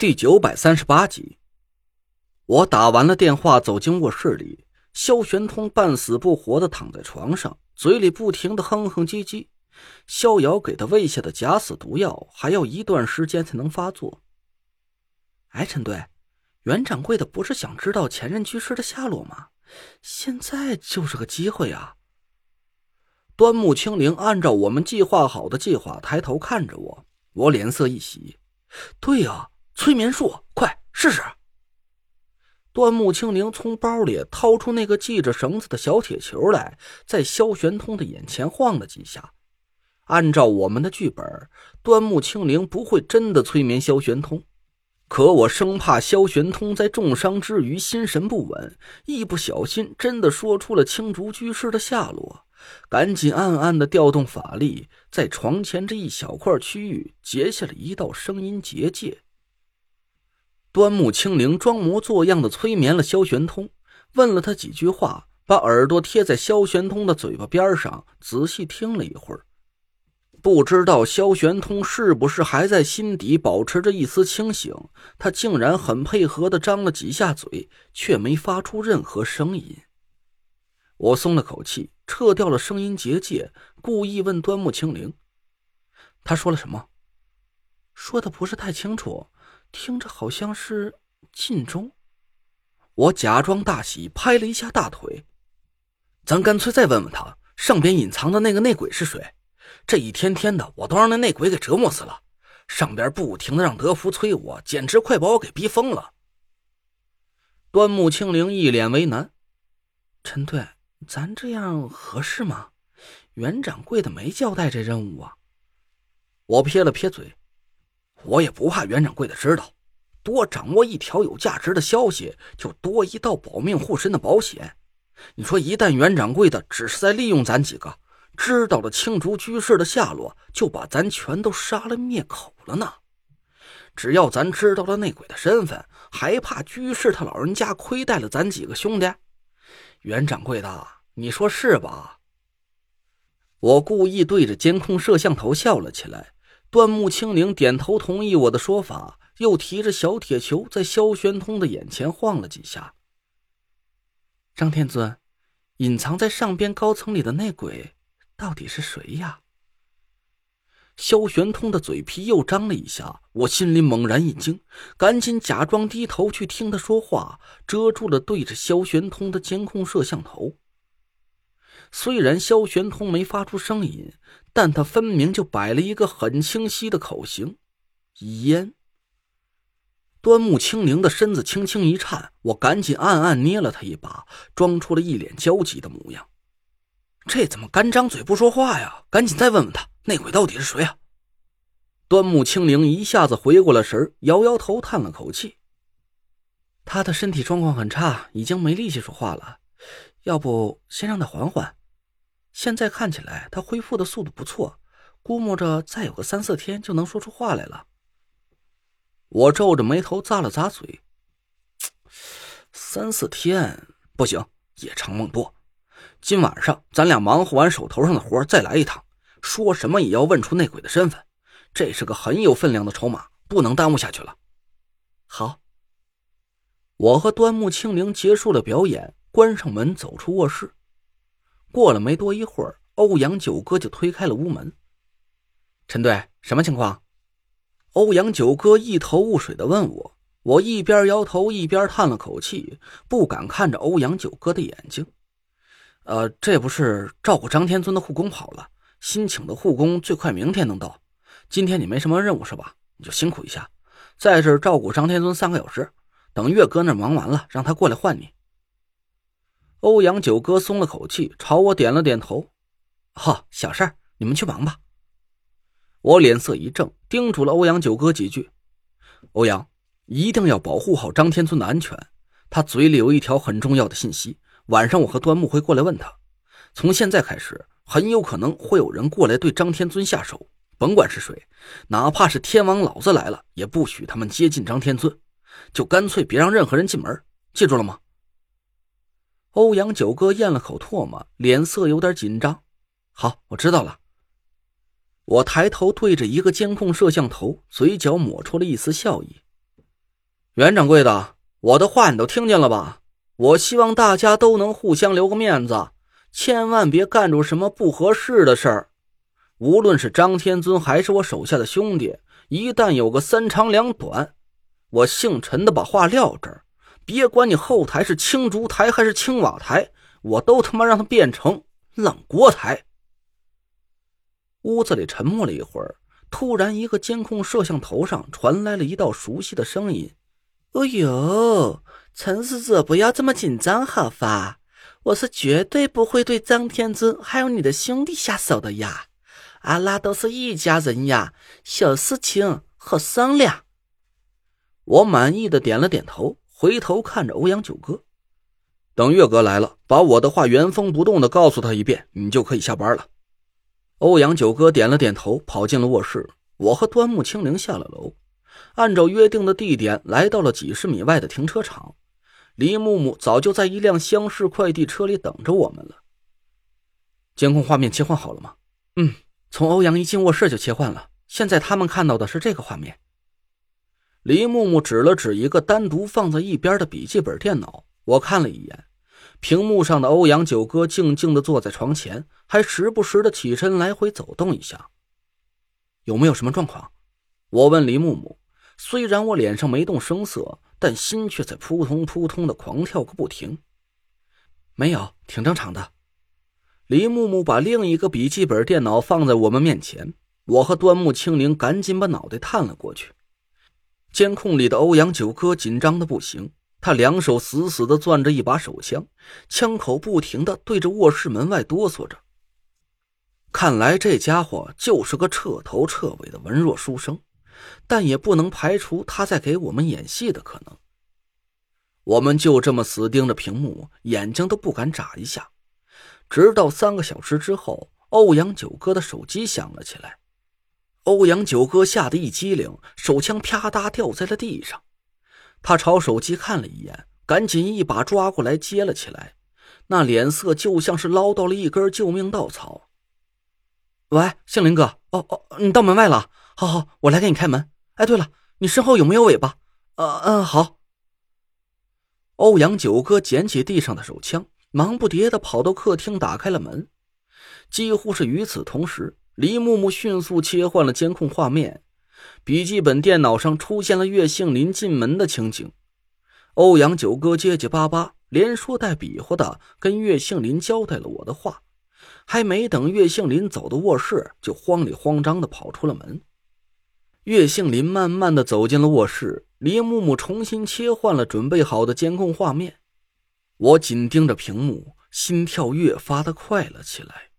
第938集。我打完了电话，走进卧室里，萧玄通半死不活地躺在床上，嘴里不停地哼哼唧唧。逍遥给他喂下的假死毒药还要一段时间才能发作。哎，陈队，袁掌柜的不是想知道前任居士的下落吗？现在就是个机会啊。端木清灵按照我们计划好的计划抬头看着我，我脸色一喜。对啊，催眠术，快试试。端木清灵从包里掏出那个系着绳子的小铁球来，在萧玄通的眼前晃了几下。按照我们的剧本，端木清灵不会真的催眠萧玄通，可我生怕萧玄通在重伤之余心神不稳，一不小心真的说出了青竹居士的下落，赶紧暗暗地调动法力，在床前这一小块区域结下了一道声音结界。端木清灵装模作样地催眠了萧玄通，问了他几句话，把耳朵贴在萧玄通的嘴巴边上，仔细听了一会儿。不知道萧玄通是不是还在心底保持着一丝清醒，他竟然很配合地张了几下嘴，却没发出任何声音。我松了口气，撤掉了声音结界，故意问端木清灵：他说了什么？说的不是太清楚，听着好像是尽忠。我假装大喜，拍了一下大腿。咱干脆再问问他，上边隐藏的那个内鬼是谁？这一天天的，我都让那内鬼给折磨死了。上边不停的让德福催我，简直快把我给逼疯了。端木清灵一脸为难：陈队，咱这样合适吗？袁掌柜的没交代这任务啊。我撇了撇嘴，我也不怕袁掌柜的知道，多掌握一条有价值的消息，就多一道保命护身的保险。你说一旦袁掌柜的只是在利用咱几个，知道了青竹居士的下落，就把咱全都杀了灭口了呢。只要咱知道了内鬼的身份，还怕居士他老人家亏待了咱几个兄弟？袁掌柜的，你说是吧？我故意对着监控摄像头笑了起来。端木清灵点头同意我的说法，又提着小铁球在萧玄通的眼前晃了几下。张天尊，隐藏在上边高层里的内鬼到底是谁呀？萧玄通的嘴皮又张了一下，我心里猛然一惊，赶紧假装低头去听他说话，遮住了对着萧玄通的监控摄像头。虽然萧玄通没发出声音，但他分明就摆了一个很清晰的口型：烟。端木清灵的身子轻轻一颤，我赶紧暗暗捏了他一把，装出了一脸焦急的模样。这怎么干张嘴不说话呀？赶紧再问问他，内鬼到底是谁啊？端木清灵一下子回过了神，摇摇头叹了口气。他的身体状况很差，已经没力气说话了，要不先让他缓缓。现在看起来他恢复的速度不错，估摸着再有个3-4天就能说出话来了。我皱着眉头咂了咂嘴，3-4天不行，夜长梦多。今晚上咱俩忙活完手头上的活，再来一趟，说什么也要问出内鬼的身份，这是个很有分量的筹码，不能耽误下去了。好。我和端木清灵结束了表演，关上门走出卧室。过了没多一会儿，欧阳九哥就推开了屋门。陈队，什么情况？欧阳九哥一头雾水地问我，我一边摇头一边叹了口气，不敢看着欧阳九哥的眼睛。这不是照顾张天尊的护工跑了，新请的护工最快明天能到。今天你没什么任务是吧？你就辛苦一下，在这儿照顾张天尊3个小时，等岳哥那忙完了，让他过来换你。欧阳九哥松了口气，朝我点了点头。小事儿，你们去忙吧。我脸色一正，叮嘱了欧阳九哥几句。欧阳，一定要保护好张天尊的安全，他嘴里有一条很重要的信息，晚上我和端木会过来问他。从现在开始，很有可能会有人过来对张天尊下手，甭管是谁，哪怕是天王老子来了，也不许他们接近张天尊，就干脆别让任何人进门，记住了吗？欧阳九哥咽了口唾沫，脸色有点紧张。好，我知道了。我抬头对着一个监控摄像头，嘴角抹出了一丝笑意。 袁掌柜的，我的话你都听见了吧？我希望大家都能互相留个面子，千万别干出什么不合适的事儿。无论是张天尊还是我手下的兄弟，一旦有个三长两短，我姓陈的把话撂这儿，别管你后台是青竹台还是青瓦台，我都他妈让它变成冷锅台。屋子里沉默了一会儿，突然一个监控摄像头上传来了一道熟悉的声音。哦呦，陈使者不要这么紧张好吧，我是绝对不会对张天尊还有你的兄弟下手的呀，阿拉都是一家人呀，小事情好商量。我满意的点了点头，回头看着欧阳九哥，等岳哥来了，把我的话原封不动的告诉他一遍，你就可以下班了。欧阳九哥点了点头，跑进了卧室。我和端木清灵下了楼，按照约定的地点来到了几十米外的停车场。黎木木早就在一辆厢式快递车里等着我们了。监控画面切换好了吗？从欧阳一进卧室就切换了，现在他们看到的是这个画面。黎木木指了指一个单独放在一边的笔记本电脑，我看了一眼，屏幕上的欧阳九哥静静地坐在床前，还时不时地起身来回走动一下。有没有什么状况？我问黎木木，虽然我脸上没动声色，但心却在扑通扑通地狂跳个不停。没有，挺正常的。黎木木把另一个笔记本电脑放在我们面前，我和端木清灵赶紧把脑袋探了过去。监控里的欧阳九哥紧张的不行，他两手死死地攥着一把手枪，枪口不停地对着卧室门外哆嗦着。看来这家伙就是个彻头彻尾的文弱书生，但也不能排除他在给我们演戏的可能。我们就这么死盯着屏幕，眼睛都不敢眨一下，直到3个小时之后，欧阳九哥的手机响了起来。欧阳九哥吓得一激灵，手枪啪嗒掉在了地上。他朝手机看了一眼，赶紧一把抓过来接了起来，那脸色就像是捞到了一根救命稻草。喂，杏林哥，你到门外了，好，我来给你开门。哎，对了，你身后有没有尾巴？好。欧阳九哥捡起地上的手枪，忙不迭地跑到客厅打开了门。几乎是与此同时，黎木木迅速切换了监控画面，笔记本电脑上出现了岳杏林进门的情景。欧阳九哥结结巴巴，连说带比划的跟岳杏林交代了我的话，还没等岳杏林走到卧室，就慌里慌张地跑出了门。岳杏林慢慢地走进了卧室，黎木木重新切换了准备好的监控画面。我紧盯着屏幕，心跳越发的快了起来。